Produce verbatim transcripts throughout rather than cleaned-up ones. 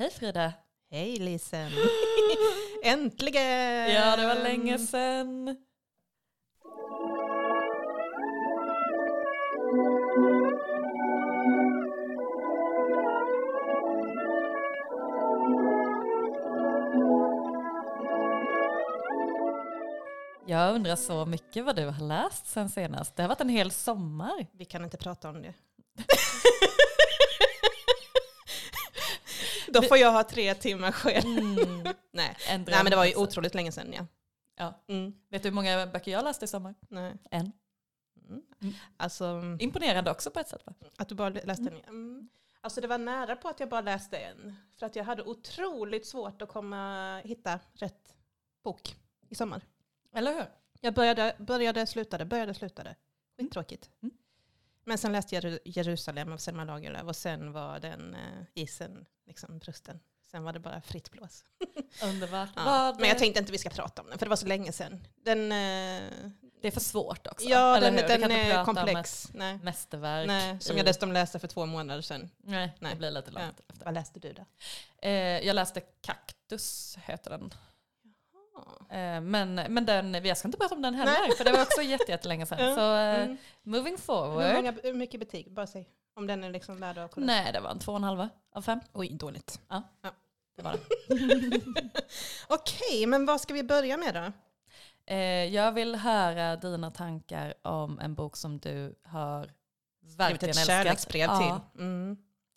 Hej Frida. Hej Lisen. Äntligen! Ja, det var länge sedan. Jag undrar så mycket vad du har läst sen senast. Det har varit en hel sommar. Vi kan inte prata om det. Då får jag ha tre timmar själv. Mm. Nej. Nej, men det var ju otroligt länge sedan. Ja. Ja. Mm. Vet du hur många böcker jag läste i sommar? Nej. En. Mm. Mm. Alltså, imponerande också på ett sätt, va? Att du bara läste en. Mm. Alltså det var nära på att jag bara läste en. För att jag hade otroligt svårt att komma hitta rätt bok i sommar. Eller hur? Jag började, började slutade, började, slutade. Skittråkigt. Mm. Men sen läste jag Jerusalem av Selma Lagerlöf och sen var den uh, isen liksom brusten. Sen var det bara fritt blås. Underbart. Ja. Men jag tänkte inte vi ska prata om den, för det var så länge sedan. Den, uh, det är för svårt också. Ja, eller den, den är komplex. Nej. Mästerverk. Nej, som i... jag dessutom läste för två månader sedan. Nej, Nej. det blir lite långt ja. efter. Vad läste du då? Eh, jag läste Kaktus, heter den. Men, men den, jag ska inte prata om den heller, Nej. för det var också jättelänge sedan. Ja. Så uh, mm. moving forward. Hur många, hur mycket betyg? Bara säg. Om den är liksom värd att kolla. Nej, det var en två och en halva av fem. Oj, dåligt. Ja, ja. det var det. Okej, men vad ska vi börja med då? Eh, jag vill höra dina tankar om en bok som du har verkligen älskat. Ett kärleksbrev ja. till. Mm.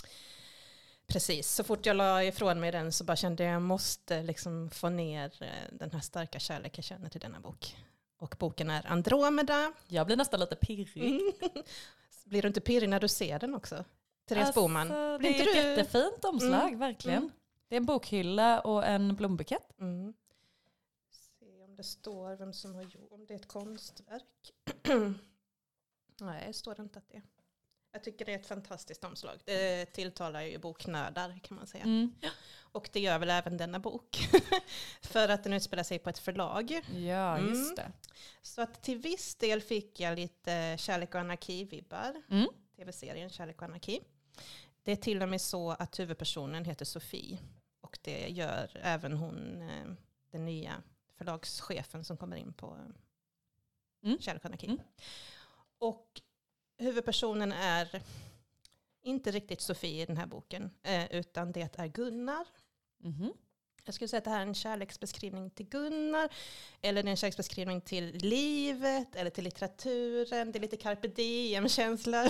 Precis, så fort jag la ifrån mig den så bara kände jag att jag måste liksom få ner den här starka kärlek jag känner till denna bok. Och boken är Andromeda. Jag blir nästan lite pirrig. Mm. Blir du inte pirrig när du ser den också? Therese alltså, Boman. Blir det är ett du... jättefint omslag, mm. verkligen. Mm. Det är en bokhylla och en blombukett. Mm. Se om det står vem som har gjort, om det är ett konstverk. Nej, det står inte att det är. Jag tycker det är ett fantastiskt omslag. Det tilltalar ju boknördar kan man säga. Mm. Och det gör väl även denna bok. För att den utspelar sig på ett förlag. Ja, just det. Mm. Så att till viss del fick jag lite Kärlek och anarki-vibbar. Mm. Tv-serien Kärlek och anarki. Det är till och med så att huvudpersonen heter Sofie. Och det gör även hon, den nya förlagschefen som kommer in på mm. Kärlek och anarki. Mm. Och huvudpersonen är inte riktigt Sofie i den här boken, eh, utan det är Gunnar. Mm-hmm. Jag skulle säga att det här är en kärleksbeskrivning till Gunnar, eller det är en kärleksbeskrivning till livet, eller till litteraturen. Det är lite carpe diem-känsla.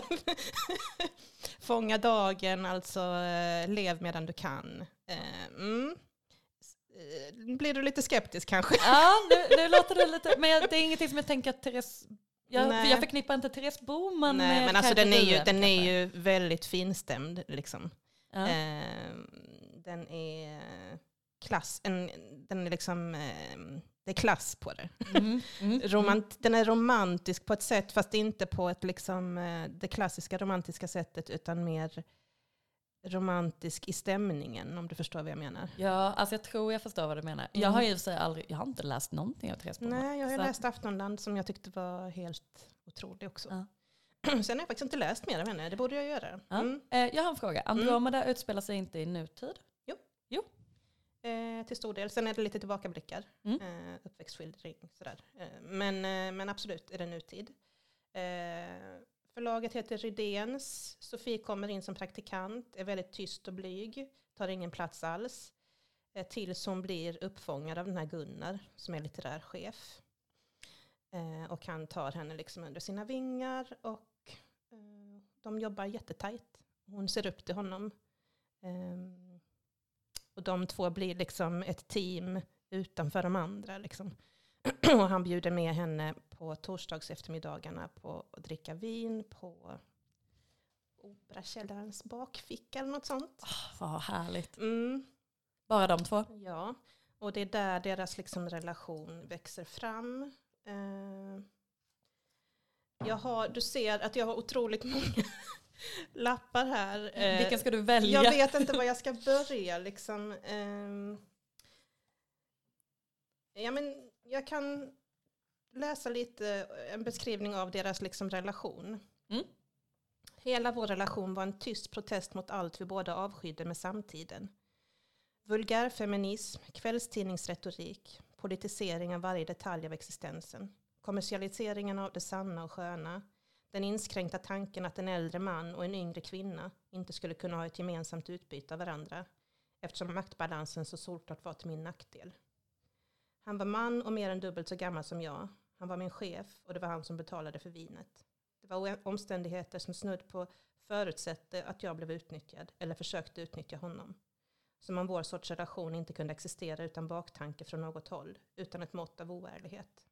Fånga dagen, alltså eh, lev medan du kan. Eh, mm. Blir du lite skeptisk kanske? Ja, nu, nu låter det lite, men det är ingenting som jag tänker att Therese... Jag, jag förknippar inte Therese Boman Nej, med men alltså den är ju den är ju väldigt finstämd liksom. Ja. Eh, den är klass en, den är liksom eh, det är klass på det. Mm, mm, Romant, den är romantisk på ett sätt, fast inte på ett liksom eh, det klassiska romantiska sättet, utan mer romantisk i stämningen, om du förstår vad jag menar. Ja, alltså jag tror jag förstår vad du menar. Mm. Jag har ju sig aldrig, jag har inte läst någonting av Therese Boman. Nej, jag har ju så. läst Aftonland som jag tyckte var helt otrolig också. Ja. Sen har jag faktiskt inte läst mer av henne, det borde jag göra. Ja. Mm. Eh, jag har en fråga. Andromeda mm. utspelar sig inte i nutid? Jo. Jo. Eh, till stor del. Sen är det lite tillbakablickar. Mm. Eh, uppväxtskildring, sådär. Eh, men, eh, men absolut är det nutid. Eh, Förlaget heter Rydéns. Sofie kommer in som praktikant, är väldigt tyst och blyg, tar ingen plats alls. Eh, tills hon blir uppfångad av den här Gunnar som är litterär chef. Eh, och han tar henne liksom under sina vingar och eh, de jobbar jättetajt. Hon ser upp till honom. Eh, och de två blir liksom ett team utanför de andra liksom. Och han bjuder med henne på torsdags eftermiddagarna på att dricka vin på Operakällarens bakficka eller något sånt. Oh, vad härligt. Mm. Bara de två? Ja, och det är där deras liksom relation växer fram. Uh, jag har, du ser att jag har otroligt många lappar här. Uh, Vilken ska du välja? Jag vet inte var jag ska börja. Liksom. Uh, ja, men jag kan läsa lite en beskrivning av deras liksom relation. Mm. Hela vår relation var en tyst protest mot allt vi båda avskydde med samtiden. Vulgärfeminism, kvällstidningsretorik, politisering av varje detalj av existensen, kommersialiseringen av det sanna och sköna, den inskränkta tanken att en äldre man och en yngre kvinna inte skulle kunna ha ett gemensamt utbyte av varandra, eftersom maktbalansen så solklart var till min nackdel. Han var man och mer än dubbelt så gammal som jag. Han var min chef och det var han som betalade för vinet. Det var omständigheter som snudd på förutsatte att jag blev utnyttjad eller försökte utnyttja honom. Som om vår sorts relation inte kunde existera utan baktanke från något håll, utan ett mått av oärlighet.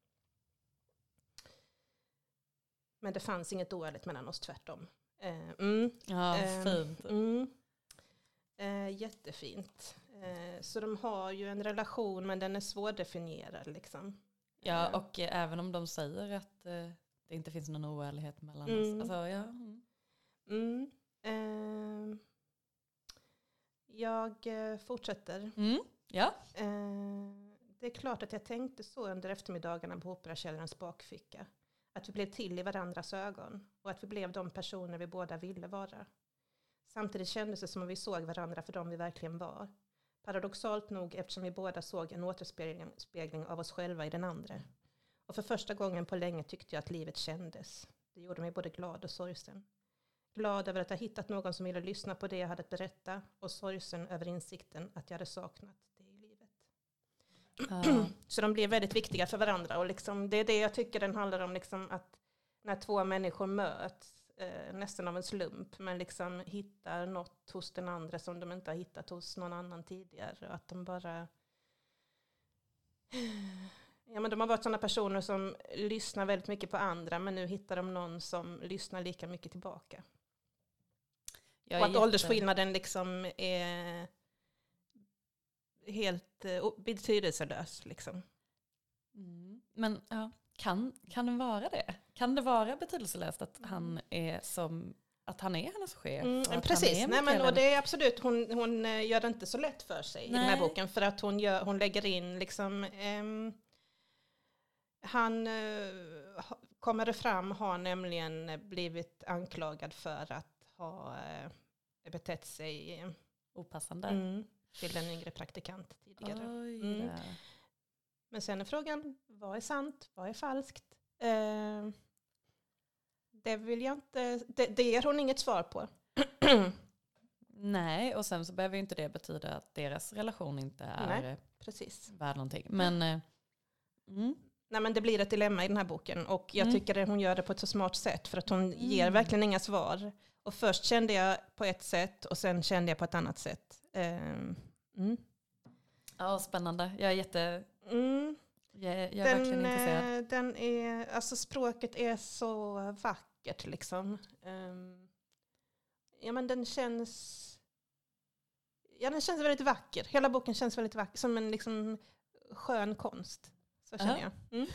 Men det fanns inget oärligt mellan oss, tvärtom. Eh, mm, ja, eh, fint. Mm, eh, jättefint. Eh, så de har ju en relation, men den är svårdefinierad liksom. Ja, och eh, även om de säger att eh, det inte finns någon oärlighet mellan mm. oss. Alltså, ja. Mm. Mm, eh, jag eh, fortsätter. Mm, ja. Eh, det är klart att jag tänkte så under eftermiddagarna på Operakällarens bakficka. Att vi blev till i varandras ögon och att vi blev de personer vi båda ville vara. Samtidigt kändes det som om vi såg varandra för dem vi verkligen var. Paradoxalt nog eftersom vi båda såg en återspegling av oss själva i den andra. Och för första gången på länge tyckte jag att livet kändes. Det gjorde mig både glad och sorgsen. Glad över att ha hittat någon som ville lyssna på det jag hade att berätta och sorgsen över insikten att jag hade saknat det i livet. Uh. Så de blir väldigt viktiga för varandra och liksom, det är det jag tycker den handlar om, liksom att när två människor möts eh, nästan av en slump men liksom hittar något hos den andra som de inte har hittat hos någon annan tidigare och att de bara ja, men de har varit sådana personer som lyssnar väldigt mycket på andra men nu hittar de någon som lyssnar lika mycket tillbaka. Och att jätte... åldersskillnaden liksom är helt uh, betydelselös liksom. Mm. Men ja, kan, kan det vara det? Kan det vara betydelselöst att han är som att han är hennes chef? Mm, precis, nej, men, och det är absolut, hon, hon gör det inte så lätt för sig nej. I den här boken för att hon, gör, hon lägger in liksom um, han uh, kommer det fram har nämligen blivit anklagad för att ha uh, betett sig opassande mm, till en yngre praktikant tidigare. Mm. Men sen är frågan, vad är sant? Vad är falskt? Uh, det vill jag inte, det, det ger hon inget svar på. Nej, och sen så behöver ju inte det betyda att deras relation inte är Nej, precis. värd någonting. Men, uh, mm. Nej, men det blir ett dilemma i den här boken och jag mm. tycker att hon gör det på ett så smart sätt för att hon mm. ger verkligen inga svar. Och först kände jag på ett sätt och sen kände jag på ett annat sätt. Um, mm. Ja, spännande. Jag är jätte... Mm. Jag, jag är den, verkligen intresserad. Den är, alltså språket är så vackert liksom. Um, ja, men den känns... Ja, den känns väldigt vacker. Hela boken känns väldigt vacker. Som en liksom skön konst. Så känner uh-huh. jag. Mm.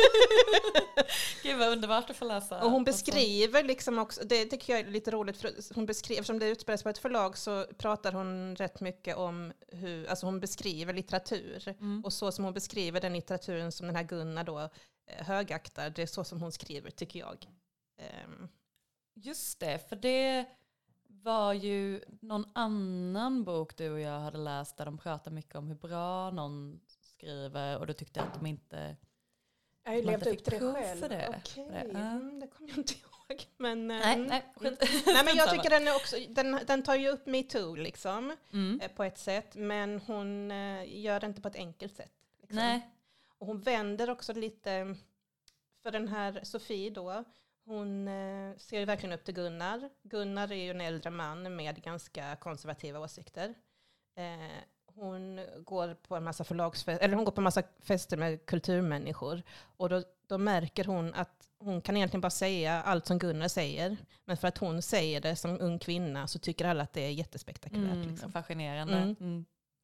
Gud vad underbart att få läsa. Och hon beskriver liksom också, det tycker jag är lite roligt, för hon beskriver, eftersom det utspelas på ett förlag så pratar hon rätt mycket om hur, alltså hon beskriver litteratur. Mm. Och så som hon beskriver den litteraturen som den här Gunnar då högaktar, det är så som hon skriver tycker jag. Um. Just det, för det var ju någon annan bok du och jag hade läst där de pratar mycket om hur bra någon skriver och du tyckte att de inte jag levde upp till det själv. För det. Okej, det. Ja. Mm, det kommer jag inte ihåg. Men, nej, mm, nej, skit. nej, men jag tycker den är också, den, den tar ju upp MeToo liksom, mm. eh, på ett sätt, men hon eh, gör det inte på ett enkelt sätt. Liksom. Nej. Och hon vänder också lite, för den här Sofie då, hon eh, ser ju verkligen upp till Gunnar. Gunnar är ju en äldre man med ganska konservativa åsikter. Eh, Hon går på en massa förlagsfester, eller hon går på en massa fester med kulturmänniskor. Och då, då märker hon att hon kan egentligen bara säga allt som Gunnar säger. Men för att hon säger det som ung kvinna så tycker alla att det är jättespektakulärt. Mm, liksom. Fascinerande. Mm. Mm.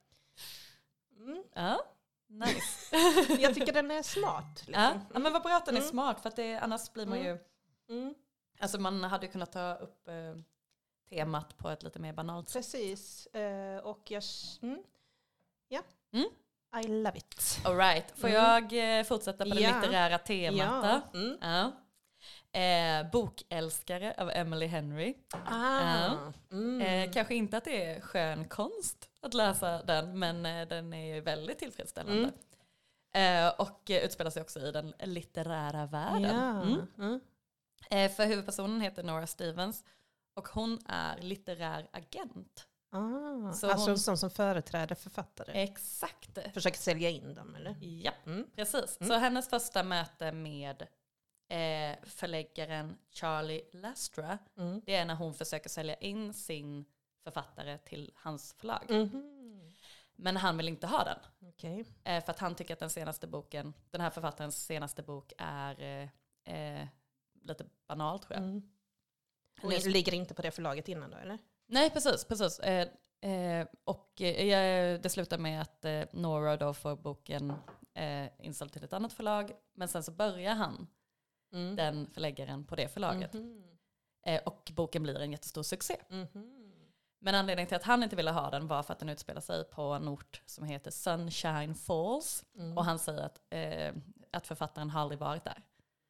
Mm. Ja, nice. Jag tycker den är smart. Liksom. Ja, ja, men vad bra att den är Mm. smart. För att det, annars blir man Mm. ju... Mm. Alltså man hade ju kunnat ta upp eh, temat på ett lite mer banalt sätt. Precis. Uh, och jag... Mm. Ja. Mm. I love it. All right. Får Mm. jag eh, fortsätta på det Ja. litterära temat Ja. då? Mm. Ja. Eh, Bokälskare av Emily Henry. Ah. Ja. Mm. Eh, kanske inte att det är skön konst att läsa den, men eh, den är ju väldigt tillfredsställande. Mm. Eh, och eh, utspelar sig också i den litterära världen. Ja. Mm. Mm. Eh, för huvudpersonen heter Nora Stevens och hon är litterär agent. Ah, Så alltså hon- en sån som företräder författare. Exakt. Försöker sälja in dem, eller? Ja, Mm. precis. Mm. Så hennes första möte med eh, förläggaren Charlie Lastra, Mm. det är när hon försöker sälja in sin författare till hans förlag. Mhm. Men han vill inte ha den. Okej. Eh, för att han tycker att den senaste boken, den här författarens senaste bok är eh, eh, lite banal, tror jag. Mm. Och Nu- ligger inte på det förlaget innan då, eller? Nej, precis. precis. Eh, eh, och eh, det slutar med att eh, Nora då får boken eh, inställd till ett annat förlag. Men sen så börjar han, Mm. den förläggaren, på det förlaget. Mhm. Eh, och boken blir en jättestor succé. Mhm. Men anledningen till att han inte ville ha den var för att den utspelar sig på en ort som heter Sunshine Falls. Mm. Och han säger att, eh, att författaren har aldrig varit där.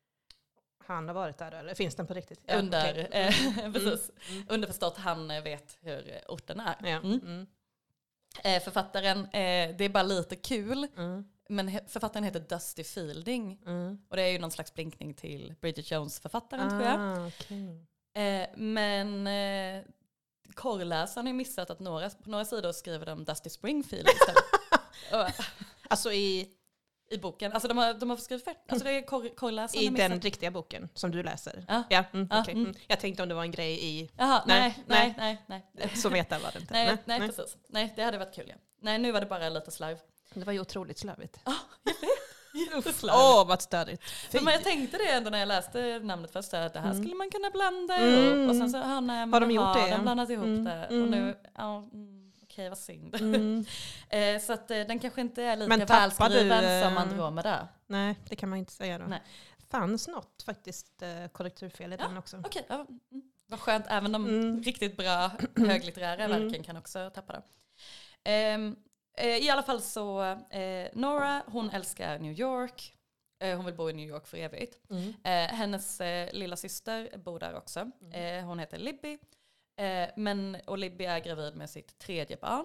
Han har varit där då, eller finns den på riktigt? Ja, Under, okej. eh, precis. Mm. Underförstått, han eh, vet hur orten är. Ja. Mm. Mm. Eh, författaren, eh, det är bara lite kul, Mm. men he- författaren heter Dusty Fielding. Mm. Och det är ju någon slags blinkning till Bridget Jones-författaren, tror jag. Ah, okej. Eh, men eh, korrläsaren har missat att några, på några sidor skriver de Dusty Springfield istället. Och, Alltså i, i boken. Alltså de har, de har skrivit fel. Alltså det är kor, korrläsaren i har missat. den riktiga boken som du läser? Ja. Ja, mm, Ja, okej. mm. Mm. Jag tänkte om det var en grej i... Jaha, nej, nej, nej, nej. nej. Så meta var det inte. Nej, nej, precis. Nej, det hade varit kul. Ja. Nej, nu var det bara lite slarv. Det var ju otroligt slarvigt. Jätteslarv. Åh, vad störigt. Fy. Men jag tänkte det ändå när jag läste namnet först, att det här Mm. skulle man kunna blanda Mm. ihop. Och sen så, ja, nej, men Har de då gjort det? de blandat ihop Mm. det. Mm. Och nu, ja, mm, okej, vad synd. Mm. eh, så att eh, den kanske inte är lika Men tappar välskriven du, eh, som Andromeda. Nej, det kan man inte säga då. Nej. Fanns något faktiskt eh, korrekturfel i Ja, den också. Okej, ja, mm. Vad skönt. Även de Mm. riktigt bra höglitterära Mm. verken kan också tappa det. Ehm, eh, I alla fall så, eh, Nora, hon älskar New York. Eh, hon vill bo i New York för evigt. Mm. Eh, hennes eh, lilla syster bor där också. Eh, hon heter Libby. Eh, men, och Libby är gravid med sitt tredje barn.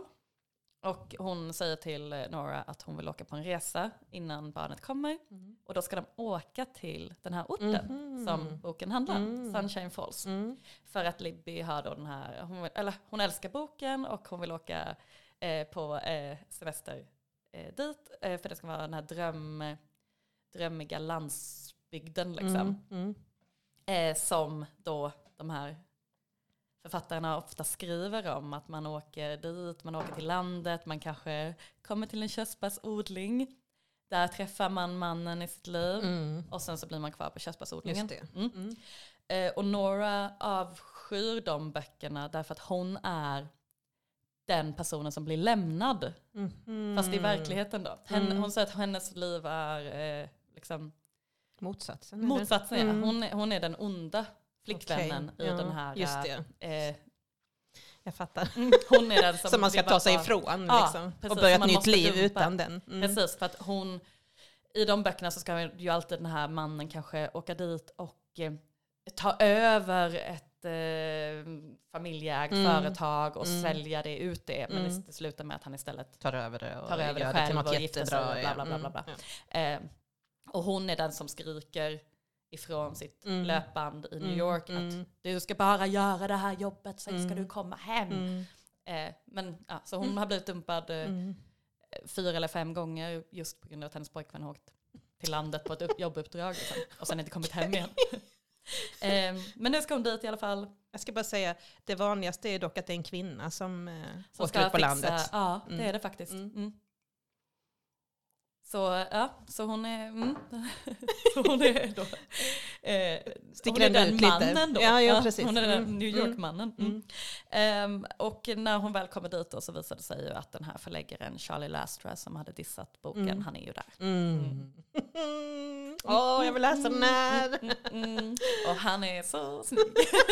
Och hon säger till eh, Nora att hon vill åka på en resa innan barnet kommer. Mm. Och då ska de åka till den här orten Mhm. som boken handlar om, Mm. Sunshine Falls. Mm. För att Libby har då den här, hon, vill, eller, hon älskar boken och hon vill åka eh, på eh, semester eh, dit. Eh, för det ska vara den här dröm, drömmiga landsbygden liksom. Mm. Mm. Eh, som då de här författarna ofta skriver om. Att man åker dit, man åker till landet, man kanske kommer till en körsbärsodling. Där träffar man mannen i sitt liv. Mm. Och sen så blir man kvar på körsbärsodlingen. Just det. Mm. Mm. Eh, och Nora avskyr de böckerna därför att hon är den personen som blir lämnad. Mm. Fast i verkligheten då. Hen, Mm. Hon säger att hennes liv är eh, liksom Motsatsen. eller? motsatsen. Mm. Ja. Hon, är- hon är den onda flickvännen Okej, i ja, den här. Just det. Eh, Jag fattar. hon är den som, Som man ska vill ta sig vara- ifrån Ja, liksom. precis, Och börja som ett man nytt måste liv dumpa. utan den. Mm. Precis, för att hon, i de böckerna så ska ju alltid den här mannen kanske åka dit och eh, ta över ett eh, familjeägt Mm. företag och Mm. sälja det ut det. Men Mm. det slutar med att han istället Tar över det och tar över gör det det till själv något och gifter sig jättebra. och bla, bla, bla, bla, bla. Mm. Ja. Eh, och hon är den som skriker ifrån sitt Mm. löpband i New Mm, York mm. att du ska bara göra det här jobbet, sen ska Mm. du komma hem. Mm. Eh, men ja, så hon har blivit dumpad eh, Mm. fyra eller fem gånger just på grund av att hennes pojkvän har åkt till landet på ett upp- jobbuppdrag liksom, och sen inte kommit hem igen. eh, men nu ska hon dit i alla fall. Jag ska bara säga, det vanligaste är dock att det är en kvinna som, eh, Som åker ut på fixa- landet. Ja, det Mm. är det faktiskt. Mm. Mm. Så ja, så hon är, mm. så hon är då, eh, Sticker hon är ändå den ut lite. mannen då. Ja, ja, precis. Hon är den Mm. New York-mannen. Mm. Mm. Ehm, och när hon väl kommer dit då så visade det sig ju att den här förläggaren Charlie Lastra som hade dissat boken, Mm. han är ju där. Mm. Åh, jag vill läsa den här. Mm, mm. Och han är så snygg.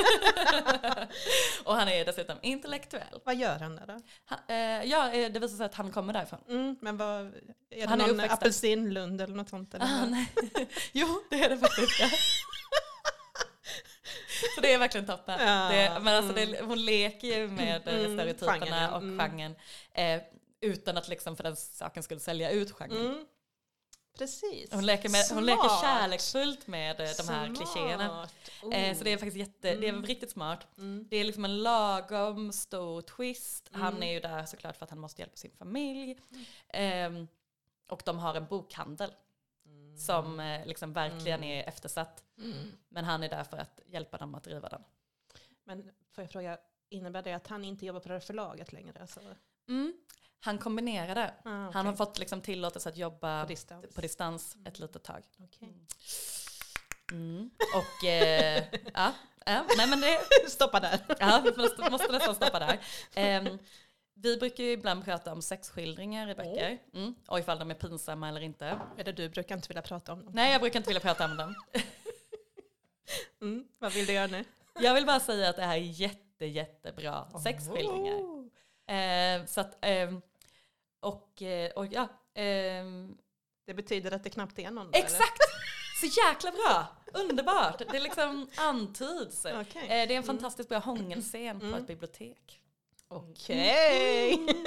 Och han är dessutom intellektuell. Vad gör han där då? Han, eh, ja, eh, det visar sig att han kommer därifrån. Mm, men vad, är det Han är någon uppväxt där. apelsinlund eller något sånt? Eller? Ah, nej. Jo, det är det faktiskt. Ja. Så det är verkligen toppen. Ja, det, men alltså mm. det, hon leker ju med mm, stereotyperna genren, och mm. genren. Eh, utan att liksom för den saken skulle sälja ut genren. Mm. Precis. Hon leker, med, hon leker kärleksfullt med de här Smart. klichéerna. Oh. Eh, så det är faktiskt jätte, mm. det är riktigt smart. Mm. Det är liksom en lagom stor twist. Mm. Han är ju där såklart för att han måste hjälpa sin familj. Mm. Eh, och de har en bokhandel. Mm. Som eh, liksom verkligen mm. är eftersatt. Mm. Men han är där för att hjälpa dem att driva den. Men får jag fråga, innebär det att han inte jobbar på det här förlaget längre? Alltså? Mm. Han kombinerade. Ah, okay. Han har fått liksom tillåtelse att jobba på distans, på distans mm. ett litet tag. Okay. Mm. Och eh, ja, ja, nej men det... Stoppa där. Ja, vi måste, måste nästan stoppa där. Um, vi brukar ju ibland prata om sexskildringar i böcker. Mm. Och ifall de är pinsamma eller inte. Eller du brukar inte vilja prata om dem. Nej, jag brukar inte vilja prata om dem. Mm. Vad vill du göra nu? Jag vill bara säga att det här är jätte, jättebra oh. sexskildringar. Uh, så att... Um, Och, och ja. Um, det betyder att det knappt är någon. Exakt! Eller? Så jäkla bra! Underbart! Det är liksom antyds. Okay. Det är en fantastiskt bra hångelscen mm. på ett bibliotek. Okej! Okay.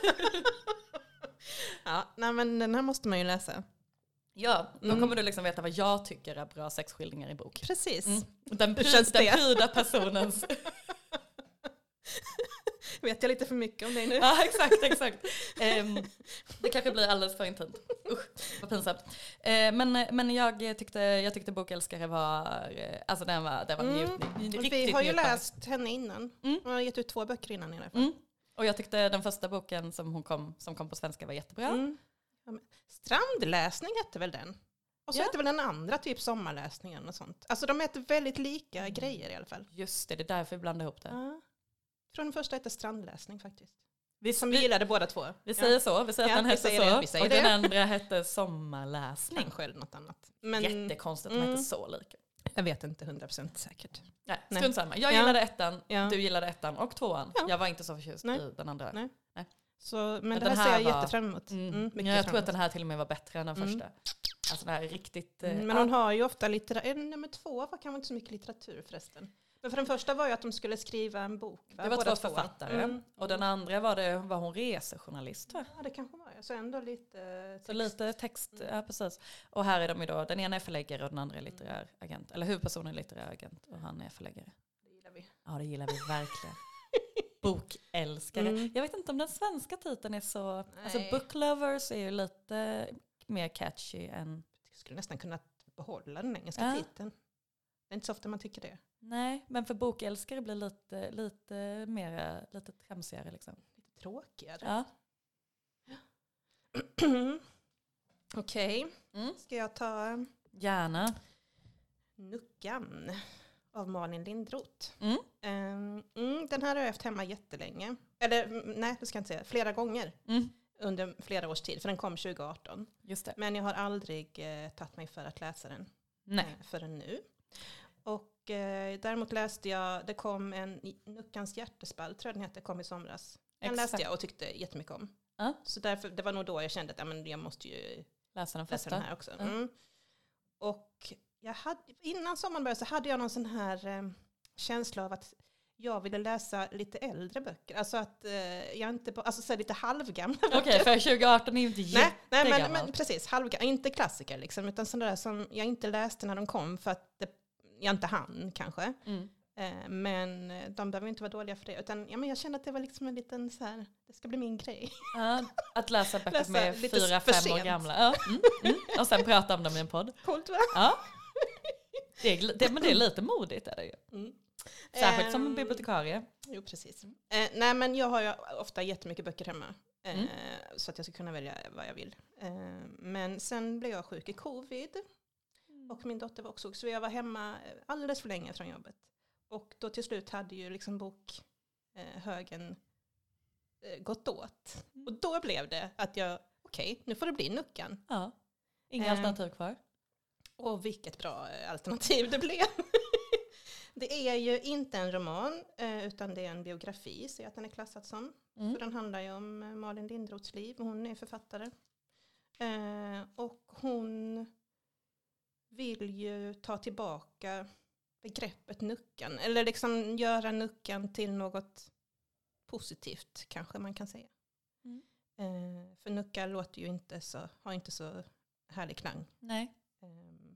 Ja, nej, men den här måste man ju läsa. Ja, då mm. kommer du liksom veta vad jag tycker är bra sexskildringar i bok. Precis. Mm. Den, pryd, den pryda personens... Vet jag lite för mycket om dig nu? Ja, exakt, exakt. Um, det kanske blir alldeles för intimt. Usch, vad pinsamt. Uh, men men jag, tyckte, jag tyckte Bokälskare var, alltså den var, den var mm. njutning. Riktigt Vi har ju njutning. läst henne innan. Mm. Hon har gett ut två böcker innan i alla fall. Mm. Och jag tyckte den första boken som hon kom, som kom på svenska var jättebra. Mm. Strandläsning hette väl den? Och så ja. Hette väl den andra typ sommarläsningen och sånt. Alltså de heter väldigt lika mm. grejer i alla fall. Just det, det är därför vi blandar ihop det. Ja. Jag tror den första heter Strandläsning faktiskt. Vi, som vi gillade båda två. Vi säger ja. så, vi säger ja, att den hette så. Det, vi säger och det. Den andra hette Sommarläsning. Kanske eller något annat. Men, jättekonstigt att mm, de hette så lika. Jag vet inte hundra procent säkert. Nej, strunt samma. Jag ja. gillade ettan, ja. du gillade ettan och tvåan. Ja. Jag var inte så förtjust Nej. i den andra. Nej. Nej. Så, men, men det här, här ser jag var, jättefram emot. Mm, mm, jag tror emot. Att den här till och med var bättre än den mm. första. Alltså det här är riktigt... Mm, men hon har ju ofta litteratur. Nummer två var kanske inte så mycket litteratur förresten. Men för den första var ju att de skulle skriva en bok. Va? Det var Båda två författare. Mm. Och den andra var, det, var hon resejournalist. Va? Ja, det kanske var. Så ändå lite text. Så lite text, ja precis. Och här är de ju då, den ena är förläggare och den andra är litterär agent. Eller huvudpersonen är litterär agent och han är förläggare. Det gillar vi. Ja, det gillar vi verkligen. Bokälskare. Mm. Jag vet inte om den svenska titeln är så... Nej. Alltså Book Lovers är ju lite mer catchy än... Jag skulle nästan kunna behålla den engelska ja. titeln. Det är inte så ofta man tycker det. Nej, men för bokälskare blir lite, lite mer, lite tramsigare liksom. Lite tråkigare. Ja. Okej, okay. mm. Ska jag ta... Gärna. Nuckan av Malin Lindroth. Mm. Um, mm, den här har jag haft hemma jättelänge. Eller nej, det ska jag inte säga. Flera gånger. Mm. Under flera års tid. För den kom tjugo arton. Just det. Men jag har aldrig eh, tagit mig för att läsa den. Nej. Eh, förrän nu. Och eh, däremot läste jag, det kom en Nuckans hjärtespalt, tror jag den hette, kom i somras. Den Exakt. läste jag och tyckte jättemycket om. Uh. Så därför, det var nog då jag kände att ja, men jag måste ju läsa den, läsa den här också. Uh. Mm. Och jag hade, innan sommaren började så hade jag någon sån här eh, känsla av att jag ville läsa lite äldre böcker. Alltså att eh, jag inte, alltså så lite halvgamla böcker. Okej, okay, för tjugo arton är ju inte jättegammal. Nej, nej men, men precis, halvgamla, inte klassiker liksom, utan sådana där som jag inte läste när de kom för att det, jag inte hann kanske. Mm. Eh, men de behöver inte vara dåliga för det. Utan ja, men jag kände att det var liksom en liten så här, det ska bli min grej. Ja, att läsa böcker läsa med fyra, fem år gamla. Ja. Mm, mm. Och sen prata om dem i en podd. Coolt va? Ja. Det är, det, men det är lite modigt är det ju. Mm. Särskilt som en bibliotekarie. Jo, precis. Eh, nej, men jag har ju ofta jättemycket böcker hemma. Eh, mm. Så att jag ska kunna välja vad jag vill. Eh, men sen blev jag sjuk i covid. Mm. Och min dotter var också sjuk. Så jag var hemma alldeles för länge från jobbet. Och då till slut hade ju liksom bokhögen eh, gått åt. Mm. Och då blev det att jag, okej, okay, nu får det bli Nuckan. Ja, inga eh, alternativ kvar. Och vilket bra alternativ det blev. Det är ju inte en roman, utan det är en biografi, så att den är klassad som. Mm. För den handlar ju om Malin Lindroths liv. Hon är författare. Eh, och hon vill ju ta tillbaka begreppet nuckan. Eller liksom göra nuckan till något positivt kanske man kan säga. Mm. Eh, för nucka låter ju inte så, har inte så härlig klang. Nej. Eh,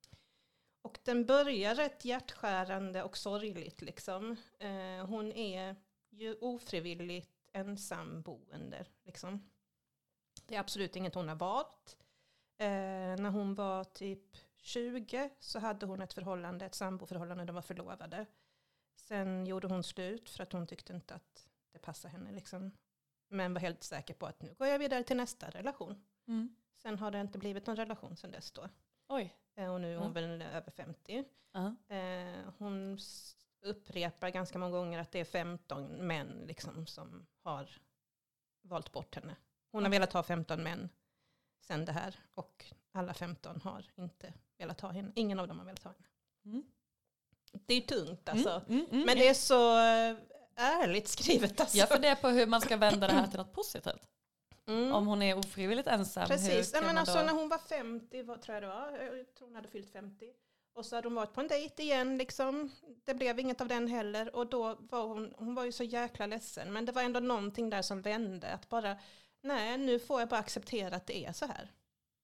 och den börjar rätt hjärtskärande och sorgligt liksom. Eh, hon är ju ofrivilligt ensamboende liksom. Det är absolut inget hon har valt. Eh, när hon var typ tjugo så hade hon ett förhållande, ett samboförhållande, de var förlovade. Sen gjorde hon slut för att hon tyckte inte att det passade henne liksom. Men var helt säker på att nu går jag vidare till nästa relation. Mm. Sen har det inte blivit någon relation sen dess då. Oj. Eh, och nu är hon mm. väl över femtio. Uh-huh. Eh, hon upprepar ganska många gånger att det är femton män liksom, som har valt bort henne. Hon har velat ha femton män sen det här. Och alla femton har inte velat ha henne. Ingen av dem har velat ha henne. Mm. Det är tungt alltså. Mm, mm, mm, Men det är så ärligt skrivet alltså. Jag funderar på hur man ska vända det här till något positivt. Mm. Om hon är ofrivilligt ensam. Precis. Men alltså, då... när hon var femtio, vad tror jag det var? Jag tror hon hade fyllt femtio. Och så hade hon varit på en dejt igen liksom. Det blev inget av den heller. Och då var hon, hon var ju så jäkla ledsen. Men det var ändå någonting där som vände. Att bara, nej nu får jag bara acceptera att det är så här.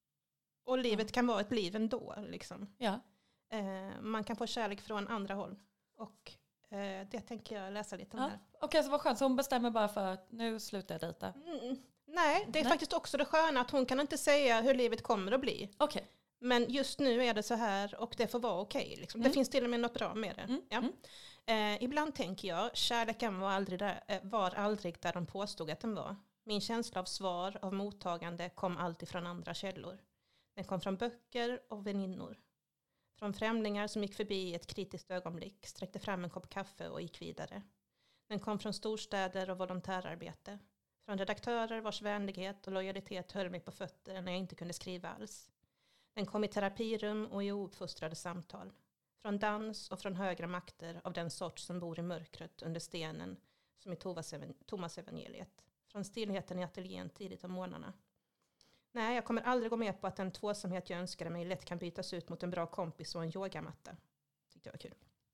Och livet mm. kan vara ett liv ändå liksom. Ja. Eh, man kan få kärlek från andra håll. Och eh, det tänker jag läsa lite om ja. här. Okej, okay, så vad skönt. Så hon bestämmer bara för att nu slutar jag dejta. Mm. Nej, det är Nej. faktiskt också det sköna att hon kan inte säga hur livet kommer att bli. Okej. Okay. Men just nu är det så här och det får vara okej. Okay, liksom. mm. Det finns till och med något bra med det. Mm. Ja. Mm. Eh, ibland tänker jag, kärleken var aldrig, där, eh, var aldrig där de påstod att den var. Min känsla av svar, av mottagande kom alltid från andra källor. Den kom från böcker och väninnor. Från främlingar som gick förbi i ett kritiskt ögonblick, sträckte fram en kopp kaffe och gick vidare. Den kom från storstäder och volontärarbete. Från redaktörer vars vänlighet och lojalitet höll mig på fötter när jag inte kunde skriva alls. Den kom i terapirum och i ouppfostrade samtal. Från dans och från högre makter av den sort som bor i mörkret under stenen som i Thomas evangeliet. Från stillheten i ateljén tidigt om morgnarna. Nej, jag kommer aldrig gå med på att den tvåsamhet jag önskade mig lätt kan bytas ut mot en bra kompis och en yogamatta. Tyckte jag var kul.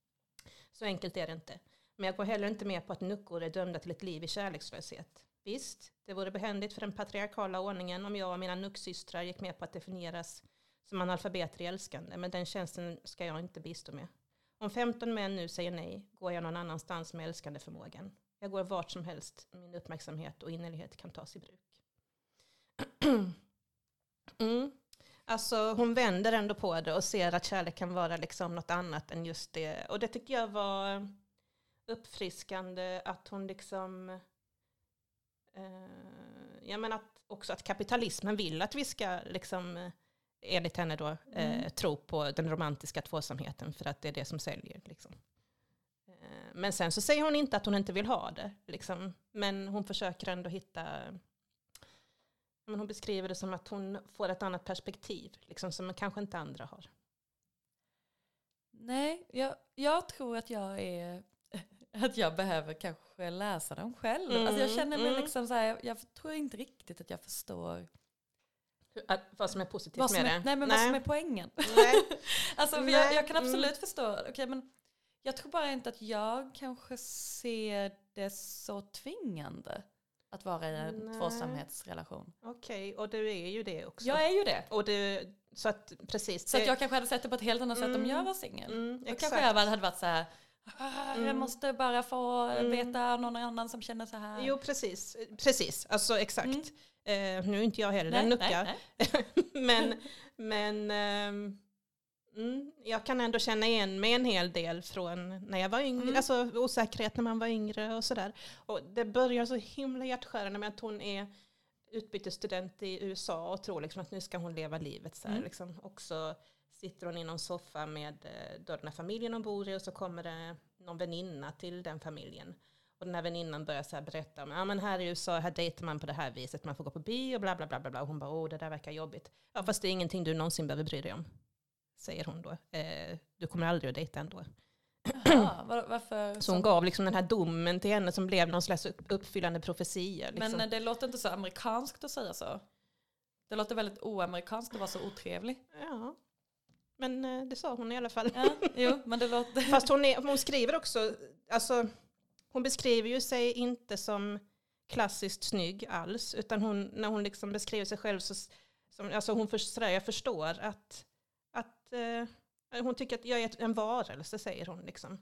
Så enkelt är det inte. Men jag går heller inte med på att nuckor är dömda till ett liv i kärlekslöshet. Visst, det vore behändigt för den patriarkala ordningen om jag och mina nucksystrar gick med på att definieras som analfabeter i älskande. Men den tjänsten ska jag inte bistå med. Om femton män nu säger nej, går jag någon annanstans med älskande förmågan. Jag går vart som helst min uppmärksamhet och innerlighet kan tas i bruk. Mm. Alltså hon vänder ändå på det och ser att kärlek kan vara liksom något annat än just det. Och det tycker jag var uppfriskande att hon liksom eh, jag menar att också att kapitalismen vill att vi ska liksom enligt henne då eh, mm. tro på den romantiska tvåsamheten för att det är det som säljer liksom. Eh, men sen så säger hon inte att hon inte vill ha det liksom, men hon försöker ändå hitta. Men hon beskriver det som att hon får ett annat perspektiv. Liksom, som kanske inte andra har. Nej, jag, jag tror att jag är... Att jag behöver kanske läsa dem själv. Mm, alltså jag känner mig mm. liksom så här... Jag, jag tror inte riktigt att jag förstår... Att, vad som är positivt vad som med är, det. Nej, men nej. vad som är poängen. Nej. alltså nej. Jag, jag kan absolut mm. förstå... Okay, men jag tror bara inte att jag kanske ser det så tvingande... att vara i en Nej. tvåsamhetsrelation. Okej, okay, och du är ju det också. Jag är ju det. Och du, så att, precis. Så det... att jag kanske hade sett det på ett helt annat mm. sätt om jag var singel. Mm, Då kanske jag hade varit så här, mm. jag måste bara få mm. veta någon annan som känner så här. Jo, precis. Precis, alltså exakt. Mm. Uh, nu är inte jag heller nej, en nucka. Nej, nej. men men um, mm, jag kan ändå känna igen mig en hel del från när jag var yngre. Mm. Alltså osäkerhet när man var yngre och sådär. Och det börjar så himla hjärtskärande med att hon är utbytesstudent i U S A och tror liksom att nu ska hon leva livet så här, mm. liksom. Och så sitter hon i någon soffa med då den här familjen hon bor i och så kommer det någon väninna till den familjen. Och den här väninnan börjar så här berätta om, ja men här i U S A, här dejtar man på det här viset, man får gå på bio och bla bla bla bla. Och hon bara, åh det där verkar jobbigt. Ja fast det är ingenting du någonsin behöver bry dig om, säger hon då. Eh, du kommer aldrig att dejta ändå. Jaha, var, varför? Så hon gav liksom den här domen till henne som blev någon slags uppfyllande profetia. Liksom. Men det låter inte så amerikanskt att säga så. Det låter väldigt oamerikanskt att vara så otrevlig. Ja. Men eh, det sa hon i alla fall. Ja, jo, men det låter... Fast hon, är, hon skriver också, alltså, hon beskriver ju sig inte som klassiskt snygg alls, utan hon, när hon liksom beskriver sig själv så, som, alltså hon för, sådär, jag förstår att, att eh, hon tycker att jag är en varelse, säger hon liksom.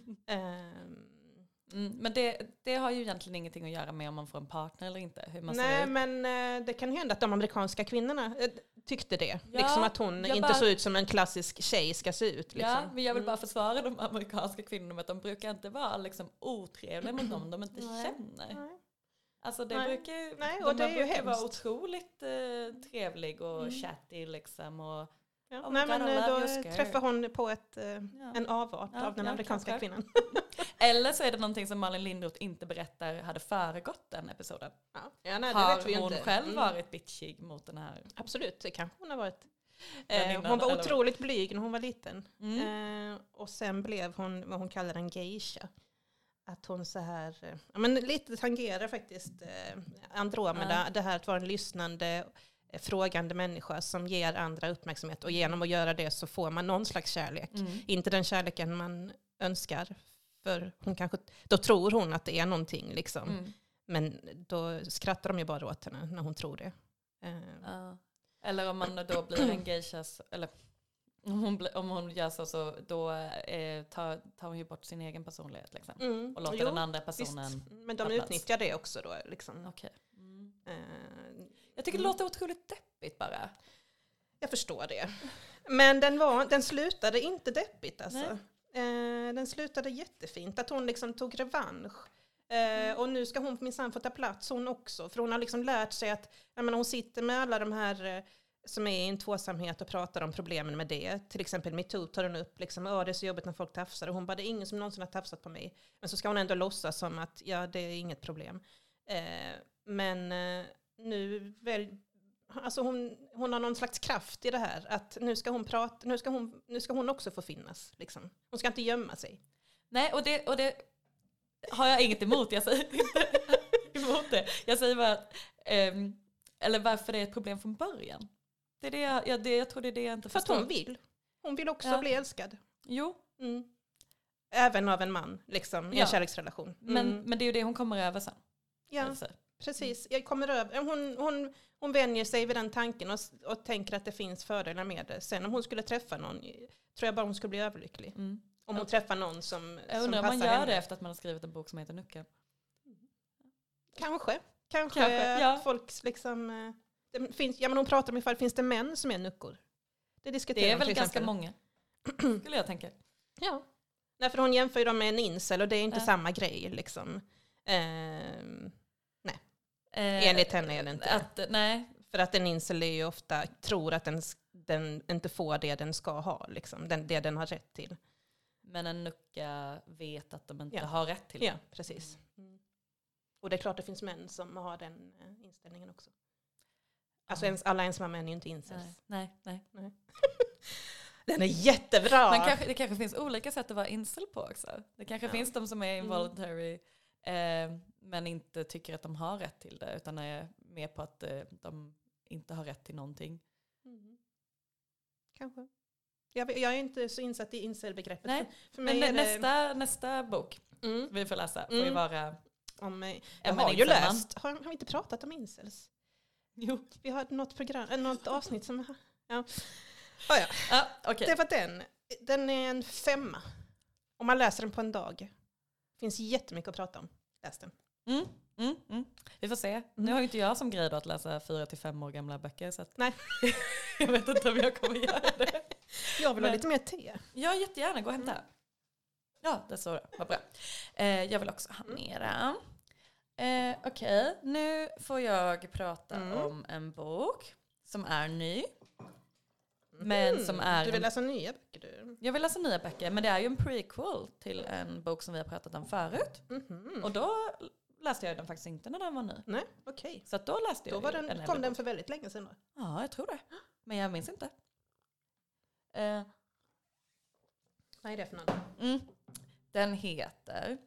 um, Mm, men det, det har ju egentligen ingenting att göra med om man får en partner eller inte. Hur man nej, ser ut. men eh, det kan hända att de amerikanska kvinnorna eh, tyckte det. Ja, liksom att hon inte bara, såg ut som en klassisk tjej ska se ut. Liksom. Ja, men jag vill Mm. bara försvara de amerikanska kvinnorna med att de brukar inte vara liksom otrevliga mot dem de inte Nej. känner. Nej. Alltså det Nej. brukar, Nej, de och det är ju brukar vara hemskt. otroligt eh, trevlig och Mm. chatty liksom. Och, Ja. Oh Nej, God, men I eh, love då your skirt. träffar hon på ett, eh, Ja. en avart Ja, av den ja, amerikanska kanske. kvinnan. Eller så är det någonting som Malin Lindroth inte berättar hade föregått den episoden. Ja. Ja, nej, det Har vet vi ju hon inte. själv Mm. varit bitchig mot den här? Absolut, det kanske hon har varit. Den Eh, innan, hon var eller otroligt blyg när hon var liten. Mm. Eh, och sen blev hon vad hon kallar en geisha. Att hon så här, eh, ja, men lite tangerar faktiskt eh, Andromeda, Ja. det här att vara en lyssnande, eh, frågande människa som ger andra uppmärksamhet. Och genom att göra det så får man någon slags kärlek. Mm. Inte den kärleken man önskar. För hon kanske, då tror hon att det är någonting liksom. Mm. Men då skrattar de ju bara åt henne när hon tror det. Eh, Ja. Eller om man då blir en geisha, eller om hon, blir, om hon gör så, så då eh, tar, tar hon ju bort sin egen personlighet liksom. mm. Och låter Jo, den andra personen... visst. Men de ta plats. utnyttjar det också då liksom. Okej. Mm. Eh, Jag tycker det låter otroligt deppigt bara. jag förstår det. Men den, var, den slutade inte deppigt alltså. Nej. Eh, den slutade jättefint. Att hon liksom tog revansch. Eh, och nu ska hon minsann få ta plats hon också. För hon har liksom lärt sig att jag menar, hon sitter med alla de här eh, som är i en tvåsamhet och pratar om problemen med det. Till exempel MeToo tar hon upp. Liksom, Åh, det är så jobbigt när folk tafsar. Och hon bara, det är ingen som någonsin har tafsat på mig. Men så ska hon ändå låtsas som att ja, det är inget problem. Eh, men eh, nu väl... Alltså hon, hon har någon slags kraft i det här. Att nu ska hon prata, nu ska hon, nu ska hon också få finnas. Liksom. Hon ska inte gömma sig. Nej, och det, och det har jag inget emot. Jag säger inte emot det. Jag säger bara att, ehm, eller varför det är ett problem från början. Det är det jag, jag, det, jag tror det är det jag inte För att förstår. hon vill. Hon vill också Ja. bli älskad. Jo, Mm. Även av en man, liksom, i Ja. en kärleksrelation. Mm. men, men det är ju det hon kommer över sen. ja, Alltså. precis. Jag kommer över. Hon, hon, hon vänjer sig vid den tanken och, och tänker att det finns fördelar med det. Sen om hon skulle träffa någon, tror jag bara hon skulle bli överlycklig. Mm. Om hon träffar någon som, Jag som undrar om passar man gör henne. det efter att man har skrivit en bok som heter Nuckeln. Kanske. Kanske, Kanske, att ja. folk liksom... eh, Det finns, ja, men hon pratar om ifall finns det män som är nuckor. Det diskuterar Det är de väl till ganska exempel. många, skulle jag tänka. Ja. Nej, för hon jämför ju dem med en incel och det är inte Ja. samma grej. Liksom. Ehm, Eh, enligt henne är det inte. att, nej, För att en incel är ju ofta tror att den, den inte får det den ska ha. Liksom. Den, det den har rätt till. men en nucka vet att de inte Ja. har rätt till Ja, det. precis. Mm. Och det är klart det finns män som har den eh, inställningen också. Alltså Mm. ens, alla ensamma män är ju inte incels. Nej, nej, nej. Den är jättebra! Man kanske, det kanske finns olika sätt att vara incel på också. Det kanske Ja. finns de som är Mm. involuntary eh, men inte tycker att de har rätt till det utan är med på att eh, de inte har rätt till någonting. Mm. Kanske. Jag, jag är inte så insatt i incel-begreppet. Nej, För, för mig Men är nä, det, nästa, nästa bok mm, vi får läsa får ju Mm. vara... om, mig- Om jag en har ju incelman. läst. Har, har vi inte pratat om incels? Jo. Vi har något, program, äh, något avsnitt som... Ja. Oh, ja. Ja, okej. Det var den. Den är en femma. Om man läser den på en dag. Finns jättemycket att prata om. Läs den. Mm, mm, mm. Vi får se. Nu har ju inte jag som grej då att läsa fyra till fem år gamla böcker. Så att Nej. jag vet inte om jag kommer göra det. Jag vill ha Men- lite mer te. Ja, jättegärna. Gå och hämta. Ja, det är så. Vad bra. Eh, jag vill också ha mera. Eh, Okej, nu får jag prata Mm. om en bok som är ny. Men som är Du vill en- läsa nya böcker du? Jag vill läsa nya böcker, men det är ju en prequel till en bok som vi har pratat om förut. Mhm. Och då läste jag den faktiskt inte när den var ny. Nej, okej. Så att då läste jag Då var ju den, en kom äldre den bok. för väldigt länge sedan då? Ja, jag tror det. Men jag minns inte. Eh, Vad är det för något? mm. Den heter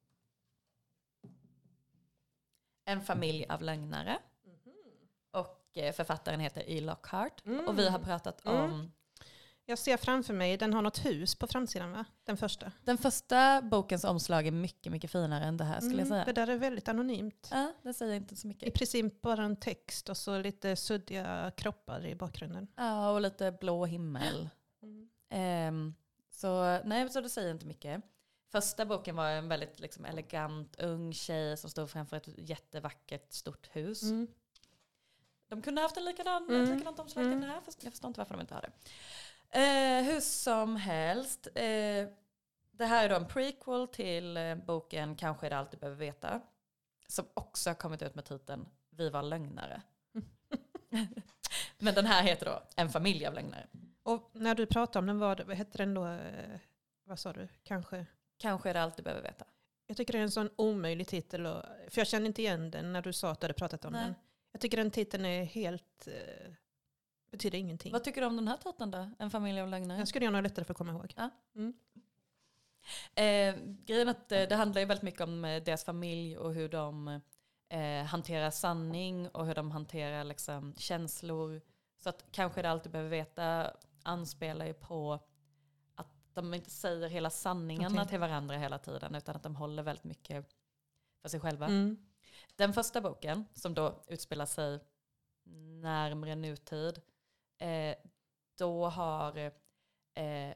En familj av lögnare. Och eh, författaren heter E. Lockhart. Mm. Och vi har pratat Mm. om Jag ser framför mig, den har något hus på framsidan, va? Den första. Den första bokens omslag är mycket, mycket finare än det här skulle Mm, jag säga. det där är väldigt anonymt. Ja, det säger inte så I mycket. princip bara en text och så lite suddiga kroppar i bakgrunden. Ja, och lite blå himmel. Mm. Ehm, så nej, så det säger inte mycket. Första boken var en väldigt liksom, elegant ung tjej som stod framför ett jättevackert stort hus. Mm. De kunde haft en likadan, Mm. ett likadant omslag till Mm. den här, fast jag förstår inte varför de inte hade. Eh, hur som helst, eh, det här är då en prequel till eh, boken Kanske är det allt du behöver veta, som också har kommit ut med titeln Vi var lögnare. Men den här heter då En familj av lögnare. Och när du pratade om den, vad, vad hette den då? Eh, vad sa du? Kanske? Kanske är det allt du behöver veta. Jag tycker det är en sån omöjlig titel. Och, för jag känner inte igen den när du sa att du hade pratat om Nej. den. Jag tycker den titeln är helt... Eh, betyder ingenting. Vad tycker du om den här titeln då? En familj av lögnare? Den skulle jag nog lättare för att komma ihåg. Ja. Mm. Eh, grejen är att eh, det handlar ju väldigt mycket om eh, deras familj och hur de eh, hanterar sanning och hur de hanterar liksom, känslor. Så att kanske det alltid behöver veta anspelar ju på att de inte säger hela sanningarna Okej. till varandra hela tiden, utan att de håller väldigt mycket för sig själva. Mm. Den första boken, som då utspelar sig närmare nutid, eh, då har eh,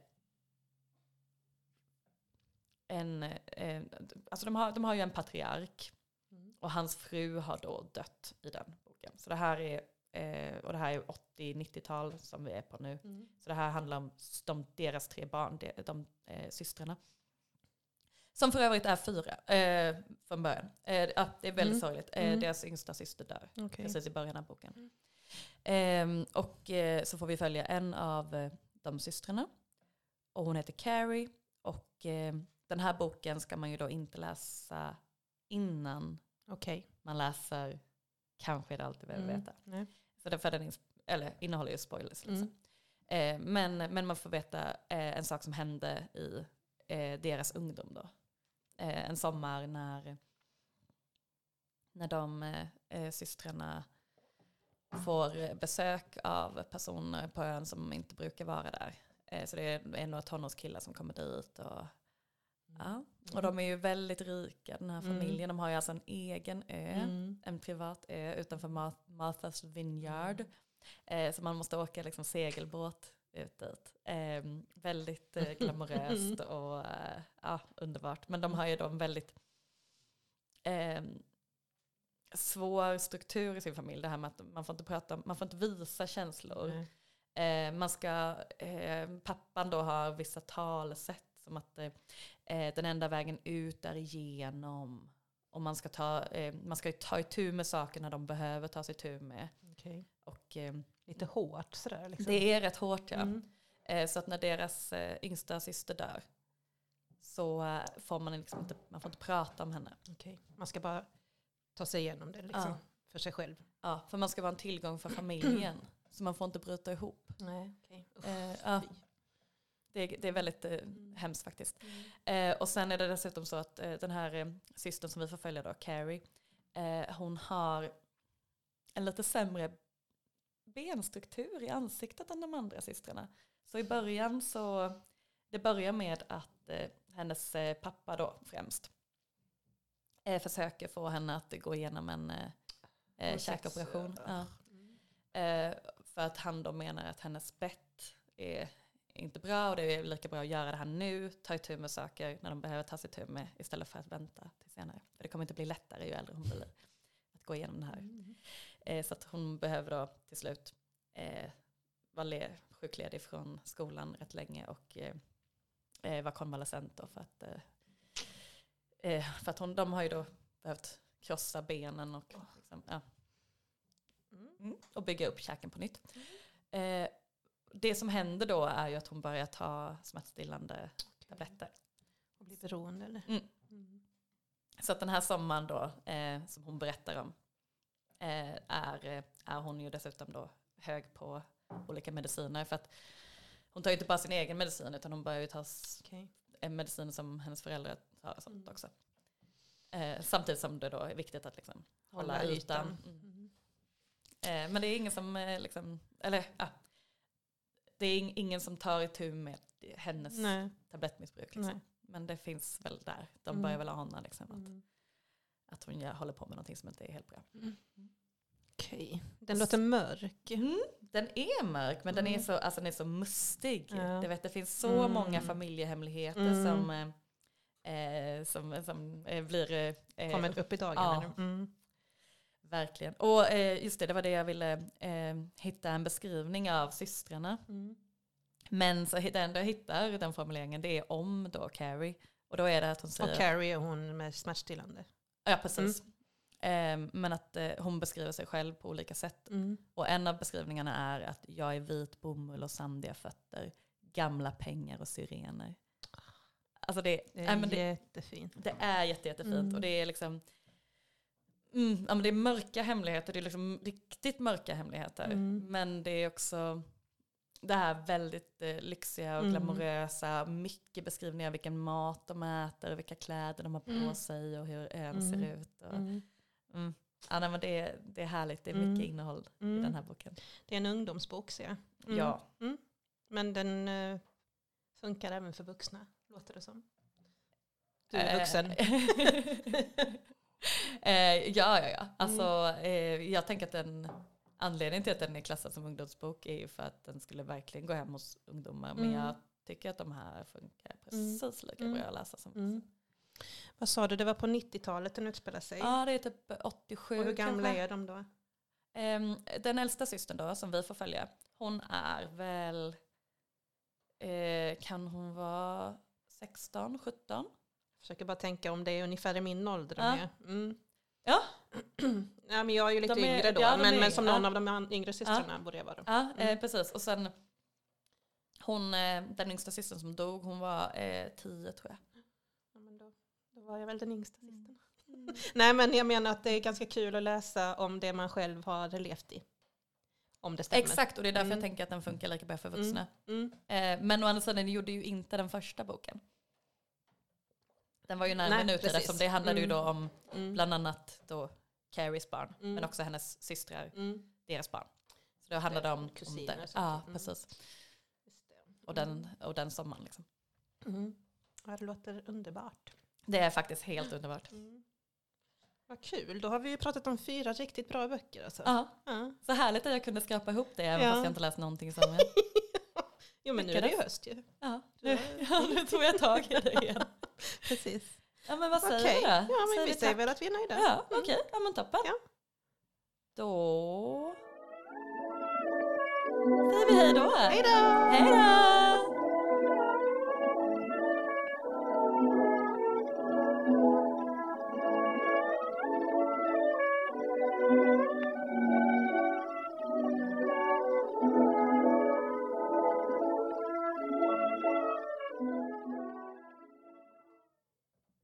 en, eh, alltså de har, de har ju en patriark Mm. och hans fru har då dött i den boken. Så det här är, eh, och det här är åttio-nittiotal som vi är på nu. Mm. Så det här handlar om de, deras tre barn, de, de eh, systrarna. Som för övrigt är fyra eh, från början. Eh, ja, det är väldigt Mm. sorgligt. Eh, Mm. Deras yngsta syster dör Okej. precis i början av boken. Mm. Eh, och eh, så får vi följa en av eh, de systrarna. Och hon heter Carrie. Och eh, den här boken ska man ju då inte läsa innan Okej. man läser Kanske är det allt du behöver Mm. veta. Nej. Så därför den ins- eller, innehåller ju spoilers. Liksom. Mm. Eh, men, men man får veta eh, en sak som hände i eh, deras ungdom då. Eh, en sommar när, när de eh, eh, systrarna får besök av personer på ön som inte brukar vara där. Eh, så det är, är några tonårskillar som kommer dit. Och, ja. och de är ju väldigt rika, den här Mm. familjen. De har ju alltså en egen ö, Mm. en privat ö utanför Mar- Martha's Vineyard. Eh, så man måste åka liksom segelbåt ut dit. Eh, väldigt eh, glamoröst och eh, ja, underbart. Men de har ju då en väldigt eh, svår struktur i sin familj. Det här med att man får inte prata, man får inte visa känslor. Nej. Eh, man ska, eh, pappan då har vissa talsätt som att eh, den enda vägen ut är igenom. Och man ska ta, eh, man ska ju ta itu med saker när de behöver ta sig tur med. Okej. Och eh, Lite hårt sådär. Liksom. det är rätt hårt, ja. Mm. Eh, så att när deras eh, yngsta syster dör så eh, får man liksom inte, man får inte prata om henne. Okej. Man ska bara ta sig igenom det liksom, Ja. för sig själv. Ja, för man ska vara en tillgång för familjen. Så man får inte bryta ihop. Nej. Okej. Usch, Eh, ja. fy. Det, är- det är väldigt eh, hemskt faktiskt. Eh, och sen är det dessutom så att eh, den här eh, systern som vi får följa då, Carrie, eh, hon har en lite sämre benstruktur i ansiktet än de andra systrarna. Så i början så, det börjar med att eh, hennes eh, pappa då främst eh, försöker få henne att gå igenom en eh, eh, käkoperation. Ja. Eh, för att han då menar att hennes bett är inte bra och det är lika bra att göra det här nu, ta itu med saker när de behöver ta sig tur med istället för att vänta till senare. För det kommer inte bli lättare ju äldre hon blir att gå igenom det här. Mm. Eh, så att hon behöver då till slut eh, vara le- sjukledig från skolan rätt länge och eh, eh, vara konvalescent då för att eh, eh, för att hon, de har ju då behövt krossa benen och, liksom, ja, Mm. och bygga upp käken på nytt. Eh, det som händer då är ju att hon börjar ta smärtstillande tabletter. Och bli beroende eller? Mm. Mm. Så att den här sommaren då, eh, som hon berättar om, eh, är, eh, är hon ju dessutom då hög på olika mediciner. För att hon tar ju inte bara sin egen medicin utan hon börjar ju ta s- Okej. en medicin som hennes föräldrar tar och sånt Mm. också. Eh, samtidigt som det då är viktigt att liksom hålla, Hålla ytan. ytan. Mm. Mm. Eh, men det är ingen som eh, liksom, eller ja. det är ingen som tar itu med hennes Nej. tablettmissbruk. Liksom. Men det finns väl där. De mm. börjar väl ana liksom, att, mm. att hon gör, håller på med någonting som inte är helt bra. Mm. Okej. Okay. Den låter mörk. Mm. Den är mörk, men mm. den, är så, alltså, den är så mustig. Ja. Det, vet, det finns så mm. många familjehemligheter mm. som, eh, som, som eh, blir... Eh, kommer upp i dagen. Ja. Mm. Verkligen. Och eh, just det, det var det jag ville eh, hitta en beskrivning av systrarna. Mm. Men så det enda jag hittar den formuleringen, det är om då Carrie. Och då är det att hon säger... Och Carrie är hon med smärtstillande. Ja, precis. Mm. Eh, men att eh, hon beskriver sig själv på olika sätt. Mm. Och en av beskrivningarna är att jag är vit bomull och sandiga fötter. Gamla pengar och syrener. Alltså det, det är äh, men det, jättefint. Det är jätte, jättefint. Mm. Och det är liksom... Mm, ja, men det är mörka hemligheter. Det är liksom riktigt mörka hemligheter. Mm. Men det är också... Det här väldigt eh, lyxiga och glamorösa. Mm. Mycket beskrivningar av vilken mat de äter. Vilka kläder de har på mm. sig. Och hur ön mm. ser ut. Och, mm. Mm. Ja, nej, men det, är, det är härligt. Det är mycket mm. innehåll mm. i den här boken. Det är en ungdomsbok, ser jag. Mm. Ja. Mm. Men den uh, funkar även för vuxna, låter det som. Du är vuxen. eh, ja, ja, ja. Alltså, mm. eh, jag tänker att den... Anledningen till att den är klassad som ungdomsbok är ju för att den skulle verkligen gå hem hos ungdomar. Mm. Men jag tycker att de här funkar precis mm. lika bra att läsa som mm. Vad sa du, det var på nittiotalet den utspelar sig? Ja, det är typ åttiosju. Och hur gamla kanske är de då? Um, den äldsta systern då, som vi får följa, hon är väl, eh, kan hon vara sexton, sjutton? Jag försöker bara tänka om det är ungefär i min ålder. Ja. Med. Mm. Ja. Ja, men jag är ju lite är, yngre då, ja, men, men som någon ja. av de yngre systrarna ja. borde jag vara då. Ja, mm. eh, precis. Och sen hon, eh, den yngsta systern som dog, hon var eh, tio tror jag. Ja, men då, då var jag väl den yngsta systern. Mm. Nej, men jag menar att det är ganska kul att läsa om det man själv har levt i. Om det stämmer. Exakt, och det är därför mm. jag tänker att den funkar lika bra för vuxna. Mm. Mm. Eh, men å andra sidan gjorde ju inte den första boken. Den var ju närmare nutid eftersom det handlade mm. ju då om mm. bland annat då Carries barn, mm. men också hennes systrar, mm. deras barn. Så då handlade det om kusiner. Om ja, mm. precis. Just det. Och, den, och den sommaren liksom. Mm. Ja, det låter underbart. Det är faktiskt helt underbart. Mm. Vad kul, då har vi ju pratat om fyra riktigt bra böcker. Alltså. Ja. Ja, så härligt att jag kunde skrapa ihop det även ja. fast jag inte läst någonting som jag... Jo, men nu är det ju höst ju. Ja, nu, ja, nu tog jag tag i det igen. Precis. Ja, men vad säger okay. du då? Ja, men säger vi säger väl att vi är nöjda. Ja, okej. Okay. Ja, men toppen. Ja. Då säger vi hej då. Hej då! Hej då!